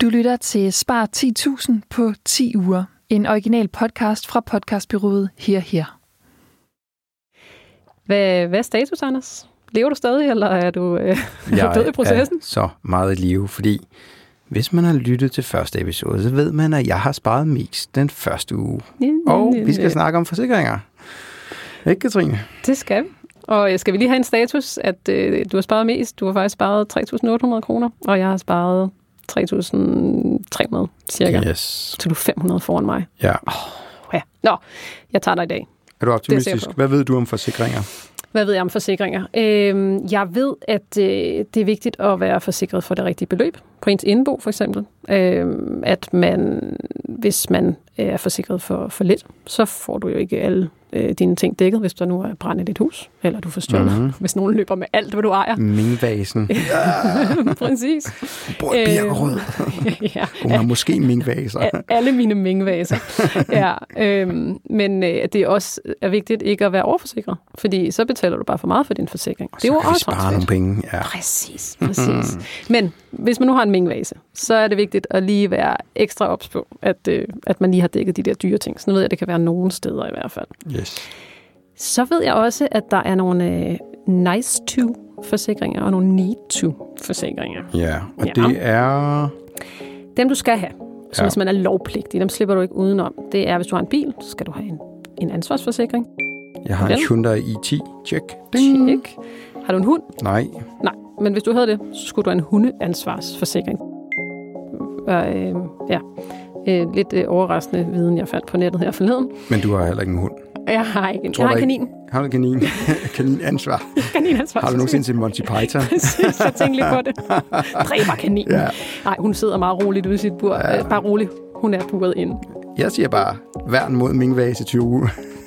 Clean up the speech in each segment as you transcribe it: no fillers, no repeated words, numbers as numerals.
Du lytter til Spar 10.000 på 10 uger. En original podcast fra podcastbureauet Her. Hvad er status, Anders? Lever du stadig, eller er du død i processen? Jeg er så meget i live, fordi hvis man har lyttet til første episode, så ved man, at jeg har sparet mest den første uge. Og vi skal snakke om forsikringer. Ikke, Katrine? Det skal vi. Og skal vi lige have en status, at du har sparet mest? Du har faktisk sparet 3.800 kroner, og jeg har sparet 3.300 cirka. Yes. Så du er 500 foran mig. Ja. Ja. Nå, jeg tager dig i dag. Er du optimistisk? Hvad ved du om forsikringer? Hvad ved jeg om forsikringer? Jeg ved, at det er vigtigt at være forsikret for det rigtige beløb. På ens indbo for eksempel. At man, hvis man er forsikret for lidt, så får du jo ikke alle dine ting dækket, hvis der nu er brand i dit hus, eller du får stjålet, hvis nogen løber med alt, hvad du ejer. Minkvasen. Præcis. Bor i Birkerød. Ja. Hun har måske minkvaser. Alle mine minkvaser. Ja. Men det også er vigtigt ikke at være overforsikret, fordi så betaler du bare for meget for din forsikring. Og det er jo også spare nogle penge. Ja. Præcis. Men hvis man nu har en minkvase, så er det vigtigt at lige være ekstra ops på, at man lige har dækket de der dyre ting. Så nu ved jeg, at det kan være nogle steder i hvert fald. Yes. Så ved jeg også, at der er nogle nice-to-forsikringer og nogle need-to-forsikringer. Ja, og det er... Dem, du skal have. Så hvis man er lovpligtig, dem slipper du ikke udenom. Det er, hvis du har en bil, så skal du have en ansvarsforsikring. Jeg har en Hyundai i10. Check. Check. Har du en hund? Nej. Men hvis du havde det, så skulle du have en hundeansvarsforsikring. Lidt overraskende viden, jeg fandt på nettet her forleden. Men du har heller ikke en hund? Jeg har ikke en. Jeg har en kanin. Har du en kanin? Kaninansvar. Kaninansvar. Har du nogensinde set Monty Python? Præcis, jeg tænkte lige på det. Dræber kaninen. Ja. Nej, hun sidder meget roligt ude i sit bur. Ja. Bare rolig. Hun er buret inde. Jeg siger bare, værn mod minkvase 20 uger.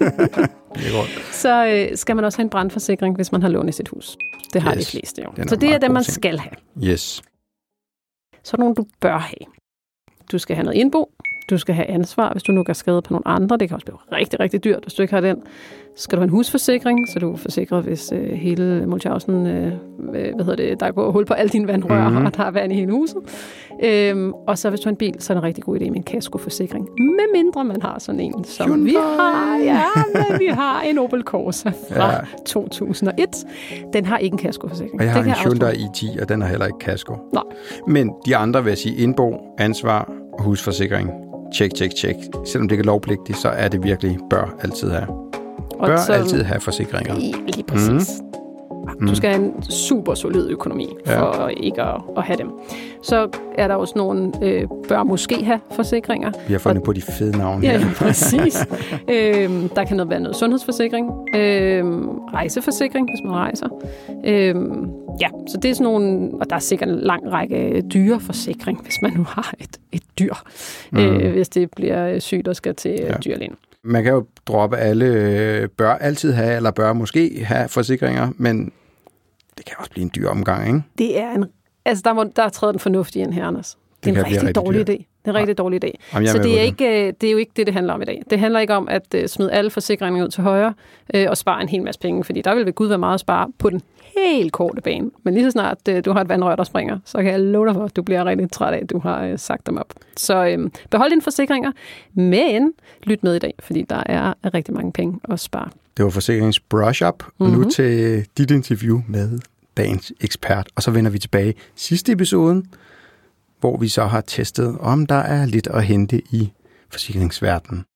Så skal man også have en brandforsikring, hvis man har lån i sit hus. Det har de fleste jo. Så det er det, man skal have. Yes. Så er nogle, du bør have. Du skal have noget indbo. Du skal have ansvar, hvis du nu gør skade på nogle andre. Det kan også blive rigtig, rigtig dyrt, hvis du ikke har den. Så skal du have en husforsikring, så du er forsikret, hvis hele Mulchausen, der går hul på alle dine vandrør, og der er vand i hele huset. Og så hvis du har en bil, så er det en rigtig god idé med en kaskoforsikring. Med mindre man har sådan en, som Hyundai. Vi har. Ja, men vi har en Opel Corsa fra 2001. Den har ikke en kaskoforsikring. Og jeg har en Hyundai i10, og den har heller ikke kasko. Nej. Men de andre vil jeg sige indbo, ansvar og husforsikring. Check. Selvom det ikke er lovpligtigt, så er det virkelig bør altid have. Altid have forsikringer. Lige præcis. Du skal have en super solid økonomi for ikke at have dem. Så er der også nogle, bør måske have forsikringer. Vi har fundet på de fede navne her. Ja, præcis. Der kan være noget sundhedsforsikring, rejseforsikring, hvis man rejser. Så det er sådan nogle, og der er sikkert en lang række dyreforsikring, hvis man nu har et dyr, hvis det bliver sygt og skal til dyrlægen. Man kan jo droppe alle, bør altid have, eller bør måske have forsikringer, men det kan også blive en dyr omgang, ikke? Det er der er træet den fornuftige ind her, Anders. Det er en rigtig dårlig idé. Det er en rigtig dårlig idé. Jamen, så det er jo ikke det handler om i dag. Det handler ikke om at smide alle forsikringer ud til højre og spare en hel masse penge, fordi der vil ved Gud være meget at spare på den helt korte bane. Men lige så snart du har et vandrør, der springer, så kan jeg love dig for, at du bliver rigtig træt af, at du har sagt dem op. Så behold dine forsikringer, men lyt med i dag, fordi der er rigtig mange penge at spare. Det var forsikrings brush-up, og nu til dit interview med dagens ekspert. Og så vender vi tilbage sidste episoden, hvor vi så har testet, om der er lidt at hente i forsikringsverdenen.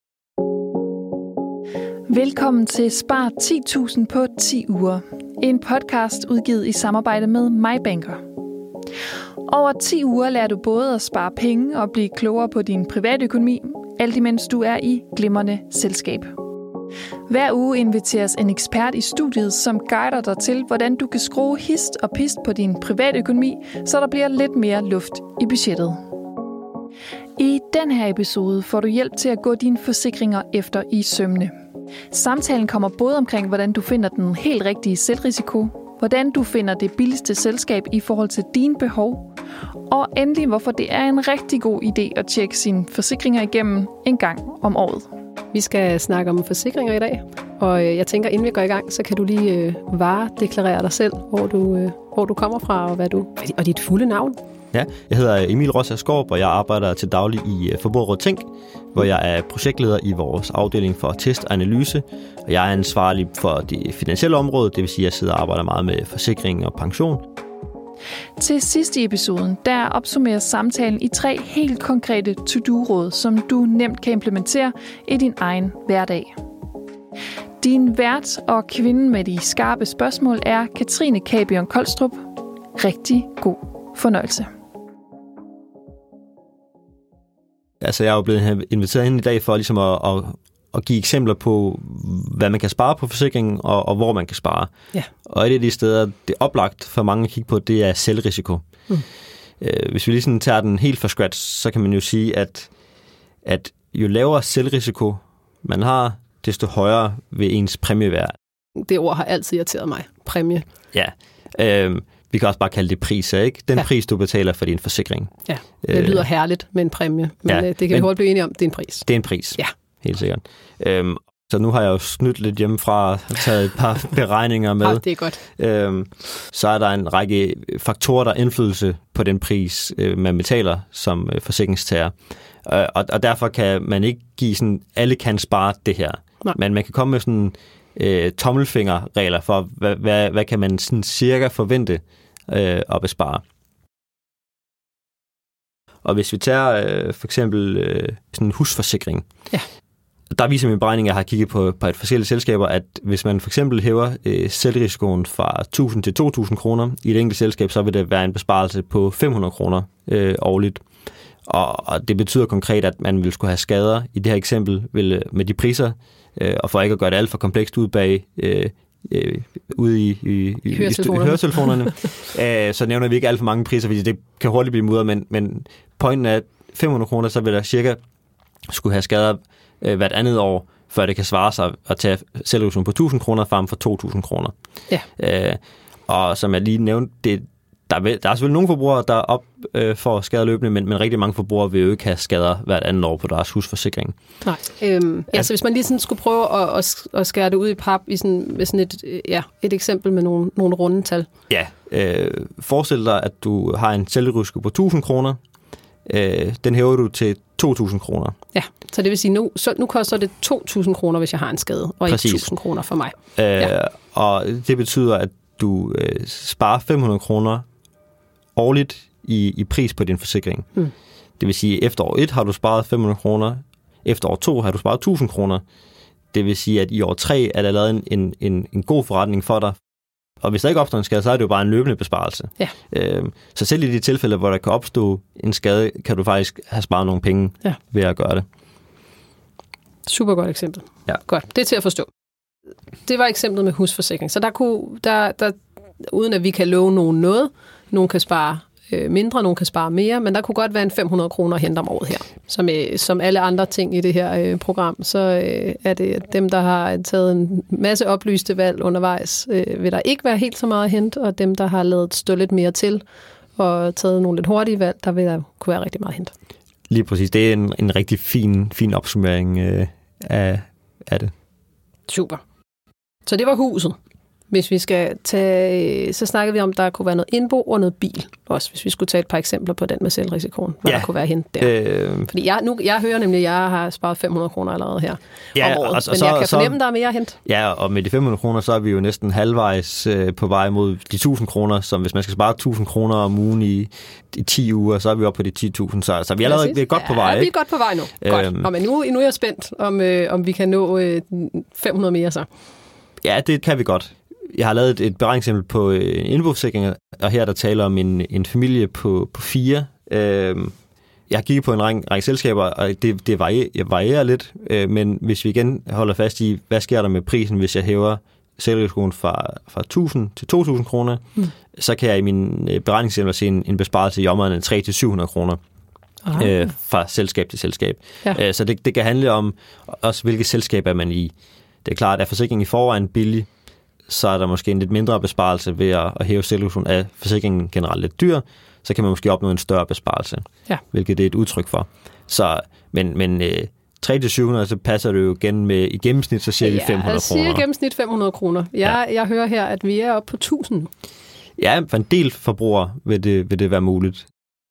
Velkommen til Spar 10.000 på 10 uger. En podcast udgivet i samarbejde med MyBanker. Over 10 uger lærer du både at spare penge og blive klogere på din privatøkonomi, alt imens du er i glimrende selskab. Hver uge inviteres en ekspert i studiet, som guider dig til, hvordan du kan skrue hist og pist på din privatøkonomi, så der bliver lidt mere luft i budgettet. I den her episode får du hjælp til at gå dine forsikringer efter i sømmene. Samtalen kommer både omkring, hvordan du finder den helt rigtige selvrisiko, hvordan du finder det billigste selskab i forhold til dine behov, og endelig hvorfor det er en rigtig god idé at tjekke sine forsikringer igennem en gang om året. Vi skal snakke om forsikringer i dag, og jeg tænker, inden vi går i gang, så kan du lige varedeklarere dig selv, hvor du kommer fra, og hvad du og dit fulde navn. Ja, jeg hedder Emil Rosser Skorp, og jeg arbejder til daglig i Forbrugerrådet Tænk, hvor jeg er projektleder i vores afdeling for test og analyse. Og jeg er ansvarlig for det finansielle område, det vil sige, at jeg sidder og arbejder meget med forsikring og pension. Til sidst i episoden, der opsummeres samtalen i 3 helt konkrete to-do-råd, som du nemt kan implementere i din egen hverdag. Din vært og kvinden med de skarpe spørgsmål er Katrine Kabion Kolstrup. Rigtig god fornøjelse. Altså, jeg er jo blevet inviteret ind i dag for ligesom at give eksempler på, hvad man kan spare på forsikringen, og hvor man kan spare. Ja. Og et af de steder, det er oplagt for mange at kigge på, det er selvrisiko. Hvis vi ligesom tager den helt fra scratch, så kan man jo sige, at jo lavere selvrisiko man har, desto højere vil ens præmie være. Det ord har altid irriteret mig. Præmie. Ja. Vi kan også bare kalde det priser, ikke? Den pris, du betaler for din forsikring. Ja, det lyder herligt med en præmie, men det kan vi hurtigt blive enige om, det er en pris. Det er en pris, ja. Helt sikkert. Så nu har jeg jo snydt lidt hjemmefra og taget et par beregninger med. Ja, det er godt. Så er der en række faktorer, der indflydelse på den pris, man betaler som forsikringstager. Og derfor kan man ikke give sådan, alle kan spare det her. Nej. Men man kan komme med sådan tommelfingerregler for, hvad kan man sådan cirka forvente at bespare. Og hvis vi tager for eksempel sådan en husforsikring, der viser min beregning, jeg har kigget på et forskellige selskaber, at hvis man for eksempel hæver selvrisikoen fra 1.000 til 2.000 kroner i et enkelt selskab, så vil det være en besparelse på 500 kroner årligt. Og det betyder konkret, at man vil skulle have skader i det her eksempel med de priser, og for ikke at gøre det alt for komplekst ud bag ude i høretelefonerne, så nævner vi ikke alt for mange priser, fordi det kan hurtigt blive mudret, men pointen er, at 500 kroner, så vil der cirka skulle have skader hvert andet år, før det kan svare sig at tage selvrisikoen på 1.000 kroner frem for 2.000 kroner. Ja. Og som jeg lige nævnte, der er selvfølgelig nogle forbrugere, der får skader løbende, men rigtig mange forbrugere vil jo ikke have skader hvert andet år på deres husforsikring. Nej. Så hvis man lige sådan skulle prøve at skære det ud i pap i med sådan et eksempel med nogle runde tal. Ja. Forestil dig, at du har en selvrisiko på 1.000 kroner. Den hæver du til 2.000 kroner. Ja, så det vil sige, nu koster det 2.000 kroner, hvis jeg har en skade, og ikke 1.000 kroner for mig. Og det betyder, at du sparer 500 kroner årligt i pris på din forsikring. Det vil sige, at efter år 1 har du sparet 500 kroner, efter år 2 har du sparet 1.000 kroner. Det vil sige, at i år 3 er der lavet en god forretning for dig. Og hvis der ikke opstår en skade, så er det jo bare en løbende besparelse. Ja. Så selv i de tilfælde, hvor der kan opstå en skade, kan du faktisk have sparet nogle penge ved at gøre det. Super godt eksempel. Ja. Godt, det er til at forstå. Det var eksemplet med husforsikring. Så der uden at vi kan love nogen noget, nogen kan spare mindre, nogen kan spare mere, men der kunne godt være en 500 kroner at hente om året her. Som alle andre ting i det her program, så er det dem, der har taget en masse oplyste valg undervejs, vil der ikke være helt så meget at hente, og dem, der har lavet stå lidt mere til og taget nogle lidt hurtige valg, der vil der kunne være rigtig meget at hente. Lige præcis. Det er en rigtig fin opsummering af det. Super. Så det var huset. Hvis vi skal tage, så snakker vi om, der kunne være noget indbo og noget bil også, hvis vi skulle tage et par eksempler på den med selvrisikoen, hvad der kunne være hent der. Fordi jeg hører nemlig, at jeg har sparet 500 kroner allerede her om året, men jeg kan fornemme, der er mere at hente. Ja, og med de 500 kroner, så er vi jo næsten halvvejs på vej mod de 1.000 kroner, som hvis man skal spare 1.000 kroner om ugen i 10 uger, så er vi oppe på de 10.000, så vi er allerede godt på vej. Ja, vi er godt på vej nu. Godt. Men nu er jeg spændt, om vi kan nå 500 mere så. Ja, det kan vi godt. Jeg har lavet et beregningseksempel på en indboforsikring, og her der taler om en familie på 4. Jeg har kigget på en række selskaber, og det varierer lidt, men hvis vi igen holder fast i, hvad sker der med prisen, hvis jeg hæver selvrisikoen fra 1.000 til 2.000 kroner, så kan jeg i min beregningseksempel se en besparelse i området af 300-700 kroner. Fra selskab til selskab. Ja. Så det kan handle om også, hvilke selskab er man i. Det er klart, at er forsikringen i forvejen billig, så er der måske en lidt mindre besparelse ved at hæve selvrisikoen. Af forsikringen generelt lidt dyr, så kan man måske opnå en større besparelse, hvilket det er et udtryk for. Så, men 300-700, så passer det jo igen med, i gennemsnit, så siger vi 500 kroner. Jeg siger gennemsnit 500 kroner. Jeg hører her, at vi er oppe på 1.000. Ja, for en del forbrugere vil det være muligt.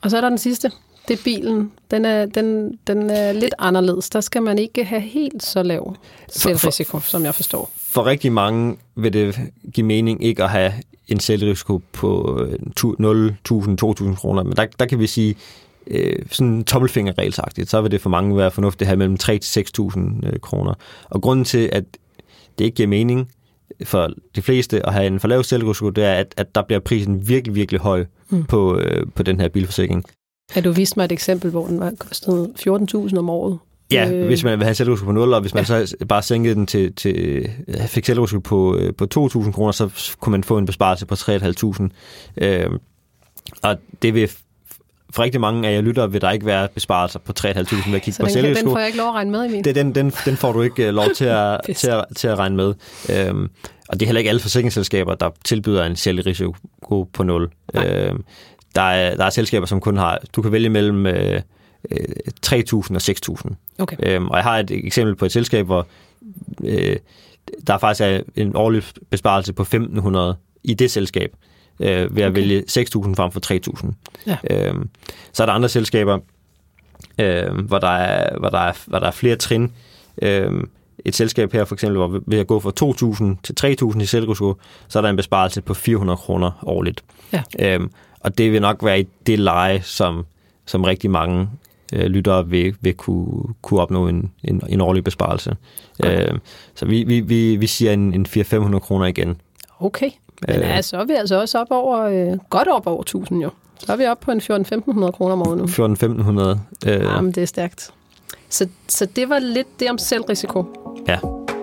Og så er der den sidste. Det er bilen. Den er lidt anderledes. Der skal man ikke have helt så lav selvrisiko, som jeg forstår. For rigtig mange vil det give mening ikke at have en selvrisiko på 0.000, 2.000 kroner. Men der kan vi sige, sådan tommelfingerregelsagtigt, så vil det for mange være fornuftigt at have mellem 3.000 til 6.000 kroner. Og grunden til, at det ikke giver mening for de fleste at have en for lav selvrisiko, det er, at der bliver prisen virkelig, virkelig høj på den her bilforsikring. Har du vist mig et eksempel, hvor den var kostet 14.000 om året? Ja, hvis man vil have selvrisiko på 0, og hvis man så bare sænkede den til fik selvrisiko på 2.000 kroner, så kunne man få en besparelse på 3.500. Og det vil for rigtig mange af jer lyttere vil der ikke være besparelser på 3.500 ved at kigge på selvrisiko. Så den får jeg ikke lov at regne med, Emil? Den får du ikke lov til at regne med. Og det er heller ikke alle forsikringsselskaber, der tilbyder en selvrisiko på 0. Der er selskaber, som kun har... Du kan vælge mellem 3.000 og 6.000. Okay. Og jeg har et eksempel på et selskab, hvor der faktisk er en årlig besparelse på 1.500 i det selskab, ved at vælge 6.000 frem for 3.000. Ja. Så er der andre selskaber, hvor der er flere trin. Et selskab her for eksempel, hvor ved at gå fra 2.000 til 3.000 i selvrisiko, så er der en besparelse på 400 kroner årligt. Ja. Og det vil nok være i det leje, som rigtig mange lyttere vil kunne opnå en årlig besparelse. Så vi siger en 400-500 kroner igen. Okay, men så er vi altså også op over, godt op over 1.000 jo. Så er vi oppe på en 1.400-1.500 kroner om året nu. 1.400-1.500. Jamen, det er stærkt. Så det var lidt det om selvrisiko. Ja.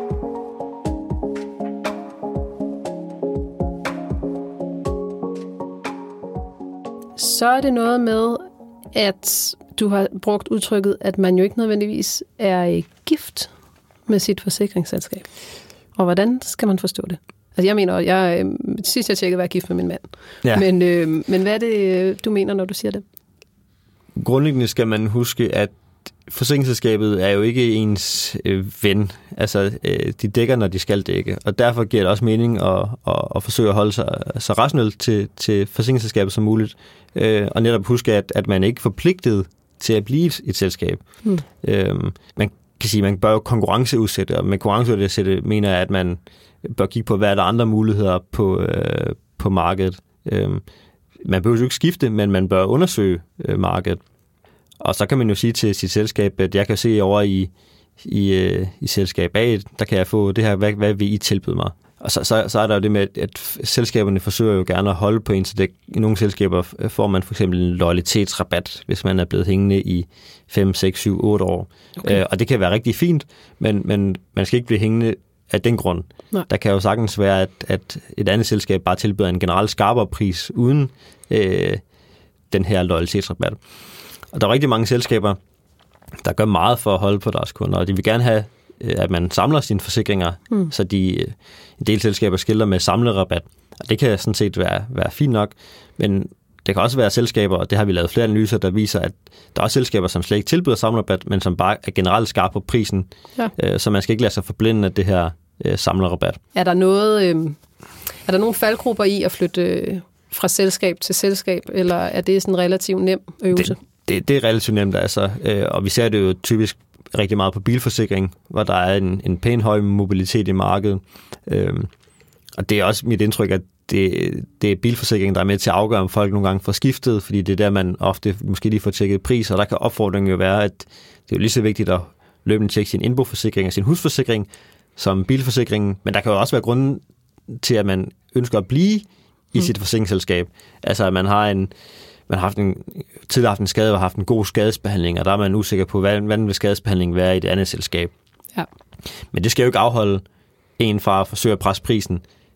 Så er det noget med, at du har brugt udtrykket, at man jo ikke nødvendigvis er gift med sit forsikringsselskab. Og hvordan skal man forstå det? Altså jeg mener, sidst jeg tjekkede, var jeg gift med min mand. Ja. Men hvad er det, du mener, når du siger det? Grundlæggende skal man huske, at forsikringsselskabet er jo ikke ens ven. Altså, de dækker, når de skal dække. Og derfor giver det også mening at forsøge at holde sig så rationelt til forsikringsselskabet som muligt. Og netop huske, at man ikke er forpligtet til at blive et selskab. Man kan sige, at man bør jo konkurrenceudsætte, og med konkurrenceudsætte mener jeg, at man bør kigge på, hvad er der andre muligheder på markedet. Man behøver jo ikke skifte, men man bør undersøge markedet. Og så kan man jo sige til sit selskab, at jeg kan se over i selskab A, der kan jeg få det her, hvad vil I tilbyde mig? Og så er der jo det med, at selskaberne forsøger jo gerne at holde på en, så det, i nogle selskaber får man for eksempel en loyalitetsrabat, hvis man er blevet hængende i 5, 6, 7, 8 år. Okay. Og det kan være rigtig fint, men man skal ikke blive hængende af den grund. Nej. Der kan jo sagtens være, at et andet selskab bare tilbyder en generelt skarpere pris uden den her loyalitetsrabat. Og der er rigtig mange selskaber, der gør meget for at holde på deres kunder, og de vil gerne have, at man samler sine forsikringer, så en del selskaber skilter med samlerabat. Og det kan sådan set være fint nok, men det kan også være selskaber, og det har vi lavet flere analyser, der viser, at der er også selskaber, som slet ikke tilbyder samlerabat, men som bare er generelt skarpe på prisen, så man skal ikke lade sig forblinde af det her samlerabat. Er der nogle faldgrupper i at flytte fra selskab til selskab, eller er det sådan en relativt nem øvelse? Det er relativt nemt, altså, og vi ser det jo typisk rigtig meget på bilforsikring, hvor der er en pæn høj mobilitet i markedet. Og det er også mit indtryk, at det er bilforsikringen, der er med til at afgøre, om folk nogle gange får skiftet, fordi det er der, man ofte måske lige får tjekket pris, og der kan opfordringen jo være, at det er jo lige så vigtigt at løbende tjekke sin indboforsikring og sin husforsikring som bilforsikringen, men der kan jo også være grunden til, at man ønsker at blive i sit forsikringsselskab. Altså, at man har tidligere haft en skade og haft en god skadesbehandling, og der er man usikker på, hvordan vil skadesbehandlingen være i det andet selskab. Ja. Men det skal jo ikke afholde en fra at forsøge at presse prisen.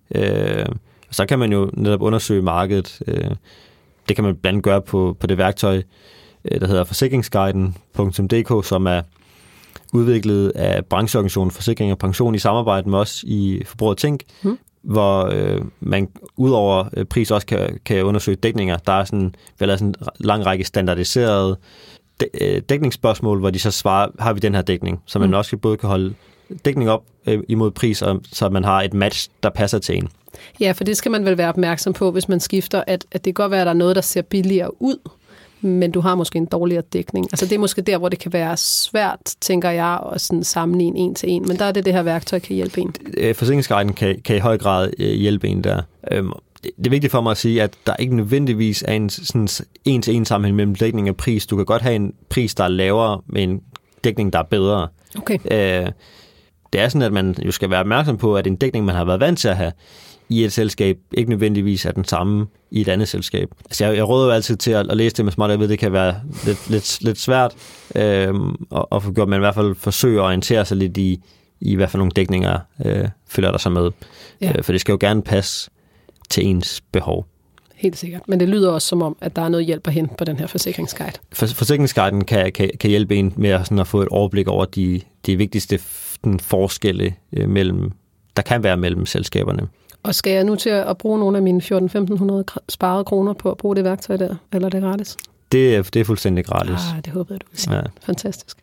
Så kan man jo netop undersøge markedet. Det kan man blandt andet gøre på det værktøj, der hedder forsikringsguiden.dk, som er udviklet af brancheorganisationen Forsikring og Pension i samarbejde med os i Forbruger Tænk, hvor man udover pris også kan undersøge dækninger. Der er sådan en lang række standardiserede dækningsspørgsmål, hvor de så svarer, har vi den her dækning? Så man også både kan holde dækning op imod pris, så man har et match, der passer til en. Ja, for det skal man vel være opmærksom på, hvis man skifter, at det kan godt være, at der er noget, der ser billigere ud, men du har måske en dårligere dækning. Altså det er måske der, hvor det kan være svært, tænker jeg, at sådan sammenligne en til en. Men der er det her værktøj, kan hjælpe en. Forsikringsguiden kan i høj grad hjælpe en der. Det er vigtigt for mig at sige, at der ikke nødvendigvis er en sådan en-til-en sammenhæng mellem dækning og pris. Du kan godt have en pris, der er lavere, med en dækning, der er bedre. Okay. Det er sådan, at man jo skal være opmærksom på, at en dækning, man har været vant til at have i et selskab, ikke nødvendigvis er den samme i et andet selskab. Altså jeg råder jo altid til at læse det med småt. Jeg ved, det kan være lidt svært at få gjort, men i hvert fald forsøge at orientere sig lidt i hvad for nogle dækninger følger der sig med. Ja. For det skal jo gerne passe til ens behov. Helt sikkert. Men det lyder også som om, at der er noget hjælp at hente på den her forsikringsguide. Forsikringsguiden kan hjælpe en med sådan at få et overblik over de vigtigste forskelle der kan være mellem selskaberne. Og skal jeg nu til at bruge nogle af mine 1.400-1.500 sparede kroner på at bruge det værktøj der, eller er det gratis? Det er fuldstændig gratis. Det håber jeg, du vil sige. Ja. Fantastisk.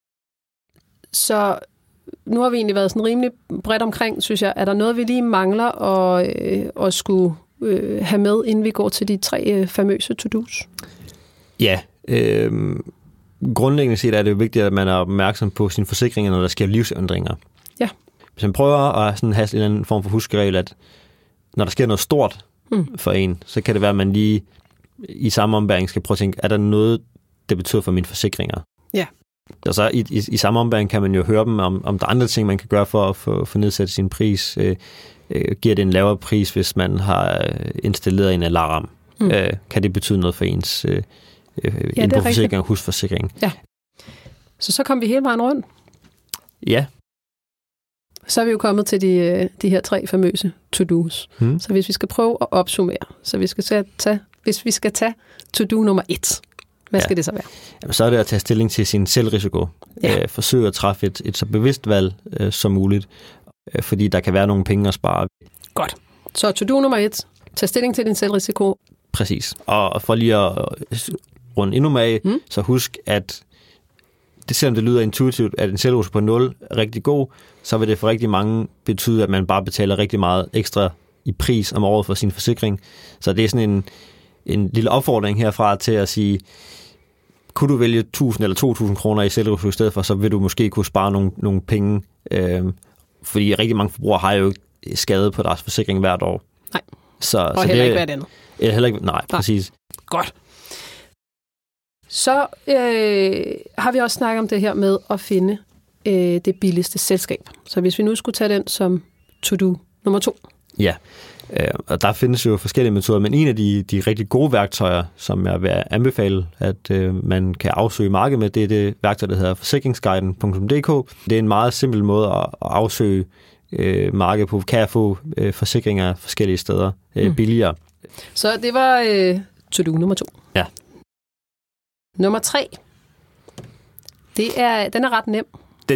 Så nu har vi egentlig været sådan rimelig bredt omkring, synes jeg. Er der noget, vi lige mangler at skulle have med, inden vi går til de 3 famøse to-dos? Ja, grundlæggende set er det jo vigtigt, at man er opmærksom på sine forsikringer, når der sker livsændringer. Ja. Hvis man prøver at sådan have en eller anden form for huskeregel, at når der sker noget stort for en, så kan det være, at man lige i samme ombæring skal prøve at tænke, er der noget, det betyder for mine forsikringer? Ja. Og så i samme ombæring kan man jo høre dem, om der er andre ting, man kan gøre for at få nedsat sin pris. Giver det en lavere pris, hvis man har installeret en alarm? Kan det betyde noget for ens indboforsikring og husforsikring? Ja. Så kom vi hele vejen rundt? Ja. Så er vi jo kommet til de her 3 famøse to-dos. Så hvis vi skal prøve at opsummere, så hvis vi skal tage to-do nummer 1, hvad skal det så være? Jamen, så er det at tage stilling til sin selvrisiko. Ja. Forsøge at træffe et så bevidst valg som muligt, fordi der kan være nogle penge at spare. Godt. Så to-do nummer 1, tag stilling til din selvrisiko. Præcis. Og for lige at runde endnu med, så husk, at det, selvom det lyder intuitivt, at en selvrisiko på 0 er rigtig god, så vil det for rigtig mange betyde, at man bare betaler rigtig meget ekstra i pris om året for sin forsikring. Så det er sådan en lille opfordring herfra til at sige, kunne du vælge 1.000 eller 2.000 kroner i selvrisiko i stedet for, så vil du måske kunne spare nogle penge. Fordi rigtig mange forbrugere har jo skade på deres forsikring hvert år. Nej, og så heller ikke hvert andet. Heller ikke, nej, præcis. Godt. Så har vi også snakket om det her med at finde det billigste selskab. Så hvis vi nu skulle tage den som to-do nummer 2. Ja, og der findes jo forskellige metoder, men en af de rigtig gode værktøjer, som jeg vil anbefale, at man kan afsøge markedet med, det er det værktøj, der hedder forsikringsguiden.dk. Det er en meget simpel måde at afsøge markedet på. Kan jeg få forsikringer forskellige steder billigere? Så det var to-do nummer 2. Ja. Nummer 3. Den er ret nem.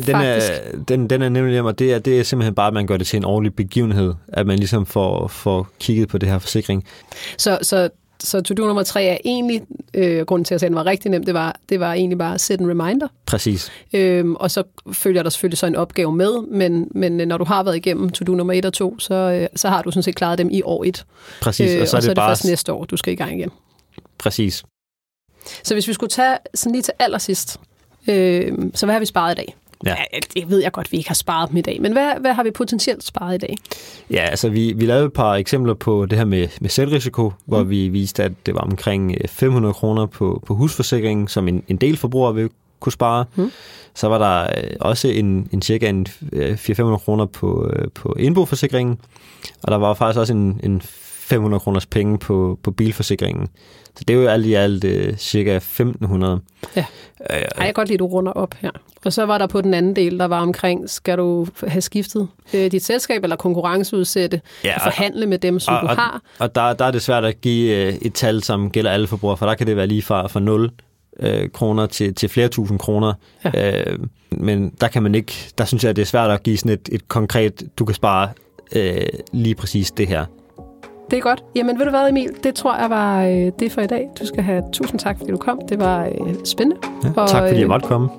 Den er nemlig nem, og det er simpelthen bare, at man gør det til en ordentlig begivenhed, at man ligesom får kigget på det her forsikring. Så to-do nummer 3 er egentlig, grunden til at sige, at den var rigtig nem, det var egentlig bare at sætte en reminder. Præcis. Og så følger der selvfølgelig så en opgave med, men når du har været igennem to-do nummer 1 og 2, så har du sådan set klaret dem i år 1. Præcis. Og så er det bare først næste år, du skal i gang igen. Præcis. Så hvis vi skulle tage sådan lige til allersidst, så hvad har vi sparet i dag? Ja. Det ved jeg godt, vi ikke har sparet dem i dag, men hvad har vi potentielt sparet i dag? Ja, altså vi lavede et par eksempler på det her med selvrisiko, hvor vi viste, at det var omkring 500 kroner på husforsikringen, som en del forbrugere vil kunne spare. Så var der også cirka 400-500 kroner på indboforsikringen, og der var faktisk også en 500 kroners penge på bilforsikringen. Så det er jo alt i alt cirka 1.500. Ja. Jeg kan godt lide, at du runder op her. Og så var der på den anden del, der var omkring, skal du have skiftet dit selskab eller konkurrenceudsætte, forhandle med dem, som du har. Og der er det svært at give et tal, som gælder alle forbrugere, for der kan det være lige fra 0 kroner til flere tusind kroner. Ja. Men der kan man ikke, der synes jeg, at det er svært at give sådan et konkret, du kan spare lige præcis det her. Det er godt. Jamen ved du hvad, Emil? Det tror jeg var det for i dag. Du skal have tusind tak, fordi du kom. Det var spændende. Ja, tak fordi jeg måtte komme.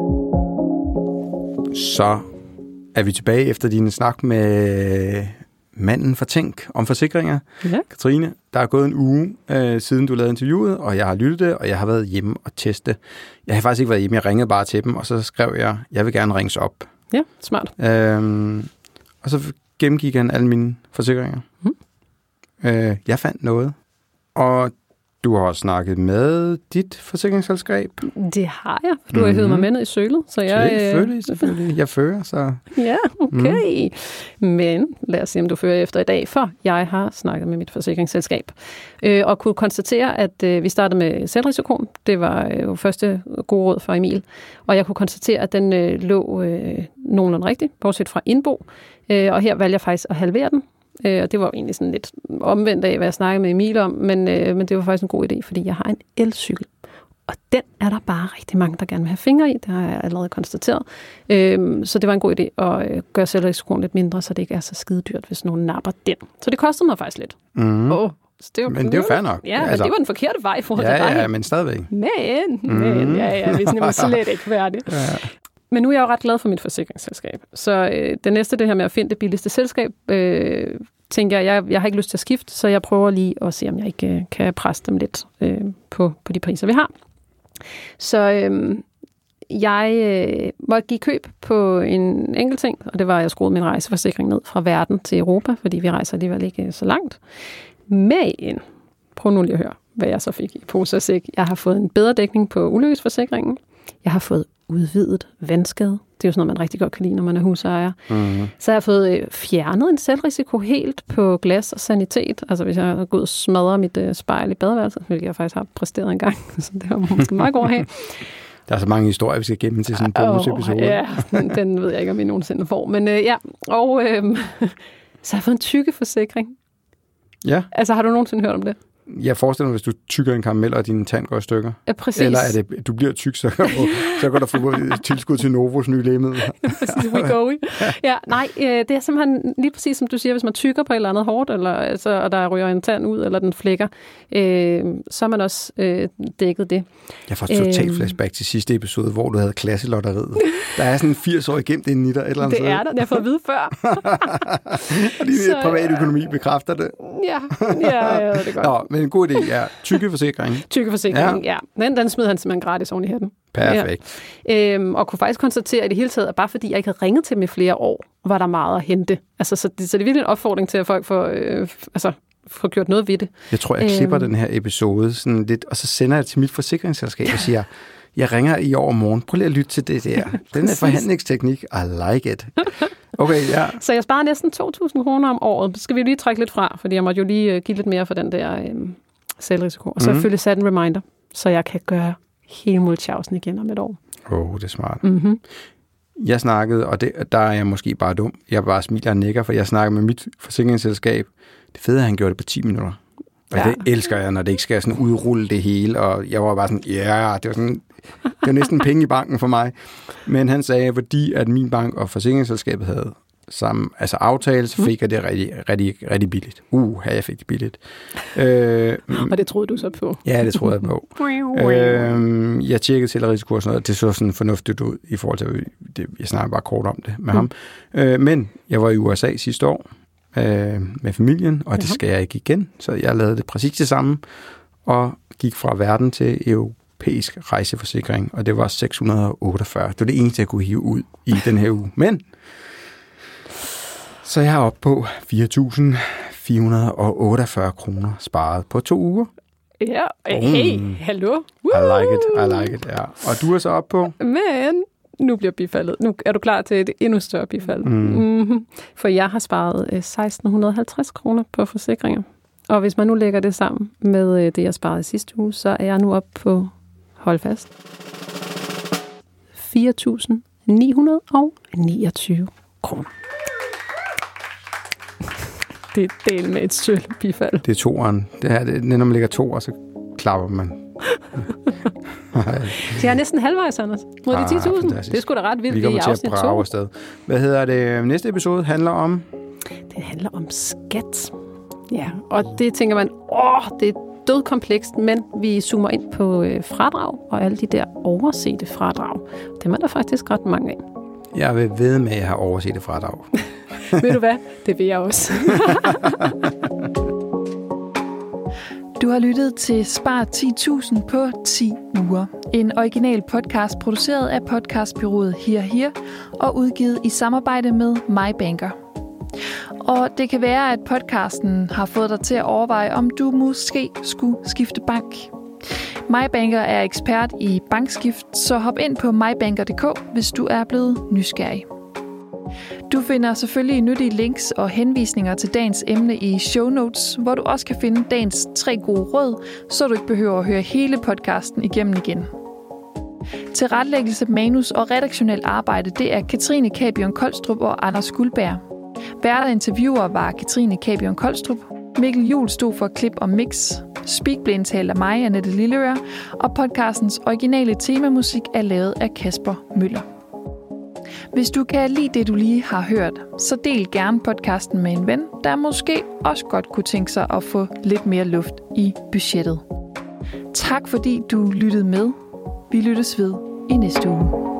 Så er vi tilbage efter din snak med manden for Tænk om forsikringer. Ja. Katrine, der er gået en uge siden du lavede interviewet, og jeg har lyttet det, og jeg har været hjemme og testet. Jeg har faktisk ikke været hjemme, jeg ringede bare til dem, og så skrev jeg vil gerne ringes op. Ja, smart. Og så gennemgik han alle mine forsikringer. Jeg fandt noget, og du har også snakket med dit forsikringsselskab. Det har jeg. Du har hævet mig med ned i sølet. Så Selvfølgelig. Jeg fører, så... Ja, okay. Men lad os se, om du fører efter i dag, for jeg har snakket med mit forsikringsselskab. Og kunne konstatere, at vi startede med selvrisikoen. Det var jo første gode råd for Emil. Og jeg kunne konstatere, at den lå nogenlunde rigtigt, bortset fra indbo. Og her valgte jeg faktisk at halvere den. Og det var jo egentlig sådan lidt omvendt af, hvad jeg snakkede med Emil om, men det var faktisk en god idé, fordi jeg har en elcykel. Og den er der bare rigtig mange, der gerne vil have fingre i. Det har jeg allerede konstateret. Så det var en god idé at gøre selvrisikoen lidt mindre, så det ikke er så skide dyrt, hvis nogen napper den. Så det kostede mig faktisk lidt. Men det er jo fair nok. Ja, men det var den forkerte vej for dig. Ja, men stadigvæk. Men, vi er nemlig slet ikke færdige. Ja. Men nu er jeg jo ret glad for mit forsikringsselskab. Så det næste, det her med at finde det billigste selskab, tænker jeg har ikke lyst til at skifte, så jeg prøver lige at se, om jeg ikke kan presse dem lidt på de priser, vi har. Så jeg måtte give køb på en enkelt ting, og det var, at jeg skruede min rejseforsikring ned fra verden til Europa, fordi vi rejser alligevel ikke så langt. Men, prøv nu lige at høre, hvad jeg så fik i pose og sæk. Jeg har fået en bedre dækning på ulykkesforsikringen. Jeg har fået udvidet vandskade. Det er jo sådan noget, man rigtig godt kan lide, når man er husejer. Så jeg har fået fjernet en selvrisiko helt på glas og sanitet. Altså hvis jeg går ud og smadrer mit spejl i badeværelset, hvilket jeg faktisk har præsteret en gang. Så det var måske meget godt at have. Der er så mange historier, vi skal gemme til sådan en bonusepisode. Ja, den ved jeg ikke, om vi nogensinde får. Men ja, og så har jeg fået en tykkeforsikring. Ja. Altså har du nogensinde hørt om det? Jeg forestiller mig, hvis du tykker en karamel, og din tand går i stykker. Ja, præcis. Eller er det, du bliver tyk, så går der få tilskud til Novos nye lægemiddel. We go. Ja, nej, det er simpelthen lige præcis, som du siger, hvis man tykker på et eller andet hårdt, eller, altså, og der ryger en tand ud, eller den flækker, så er man også dækket det. Jeg får totalt flashback til sidste episode, hvor du havde klasselotteriet. Der er sådan en 80-årig gemt inden i dig. Et eller andet det er der, det har jeg fået at vide før. Og din privatøkonomi bekræfter det. Ja, det er godt. Nå, men en god idé, ja. Tykkeforsikring. Tykkeforsikring, ja. Den smed han simpelthen gratis oven i hatten. Perfekt. Ja. Og kunne faktisk konstatere i det hele taget, at bare fordi jeg ikke havde ringet til dem i flere år, var der meget at hente. Altså, så det er virkelig en opfordring til, at folk får gjort noget ved det. Jeg tror, jeg klipper den her episode sådan lidt, og så sender jeg til mit forsikringsselskab og siger, jeg ringer i overmorgen. Prøv lige at lytte til det der. Den er forhandlingsteknik. I like it. Okay, ja. Så jeg sparer næsten 2.000 kroner om året. Så skal vi lige trække lidt fra, fordi jeg måtte jo lige give lidt mere for den der selvrisiko. Og så har jeg selvfølgelig sat en reminder, så jeg kan gøre hele Mulchausen igen om et år. Det er smart. Jeg snakkede, og der er jeg måske bare dum. Jeg bare smiler og nikker, for jeg snakker med mit forsikringsselskab. Det fede er, at han gjorde det på 10 minutter. Og det elsker jeg, når det ikke skal sådan udrulle det hele. Og jeg var bare sådan, det var næsten penge i banken for mig. Men han sagde, fordi at min bank og forsikringsselskabet havde samme aftale, så fik jeg det rigtig billigt. Jeg fik det billigt. Og det troede du så på? Ja, det troede jeg på. Jeg tjekkede til risiko og sådan noget. Det så sådan fornuftigt ud i forhold til, jeg snakker bare kort om det med ham. Men jeg var i USA sidste år med familien, og det skal jeg ikke igen. Så jeg lavede det præcis det samme, og gik fra verden til europæisk rejseforsikring, og det var 648. Det var det eneste, jeg kunne hive ud i den her uge. Men så jeg er oppe på 4.448 kroner sparet på 2 uger. Ja, hey, hallo. I like it, ja. Og du er så oppe på? Men nu bliver bifaldet. Nu er du klar til et endnu større bifald. For jeg har sparet 1.650 kroner på forsikringer. Og hvis man nu lægger det sammen med det, jeg sparede sidste uge, så er jeg nu oppe på, hold fast, 4.929 kroner. Det er del med et sølv bifald. Det er toeren. Det er, når man lægger to, og så klapper man. Så jeg er næsten halvvejs, Anders. Mod de 10.000. Det er sgu da ret vildt. Vi kommer til at brage afsted. Hvad hedder det? Næste episode handler om? Det handler om skat. Ja, og det tænker man, det er dødkomplekst, men vi zoomer ind på fradrag og alle de der oversete fradrag. Dem er der faktisk ret mange af. Jeg vil ved med, at jeg har overset fradrag. Ved du hvad? Det vil jeg også. Du har lyttet til Spar 10.000 på 10 uger. En original podcast produceret af podcastbureauet Here og udgivet i samarbejde med MyBanker. Og det kan være, at podcasten har fået dig til at overveje, om du måske skulle skifte bank. MyBanker er ekspert i bankskift, så hop ind på mybanker.dk, hvis du er blevet nysgerrig. Du finder selvfølgelig nyttige links og henvisninger til dagens emne i show notes, hvor du også kan finde dagens 3 gode råd, så du ikke behøver at høre hele podcasten igennem igen. Tilrettelæggelse, manus og redaktionel arbejde, det er Katrine Kabion Kolstrup og Anders Guldberg. Værter interviewer var Katrine Kabion Kolstrup. Mikkel Juhl stod for klip og mix. Speak blev indtalt af mig, Annette Lilleøre, og podcastens originale temamusik er lavet af Kasper Møller. Hvis du kan lide det, du lige har hørt, så del gerne podcasten med en ven, der måske også godt kunne tænke sig at få lidt mere luft i budgettet. Tak fordi du lyttede med. Vi lyttes ved i næste uge.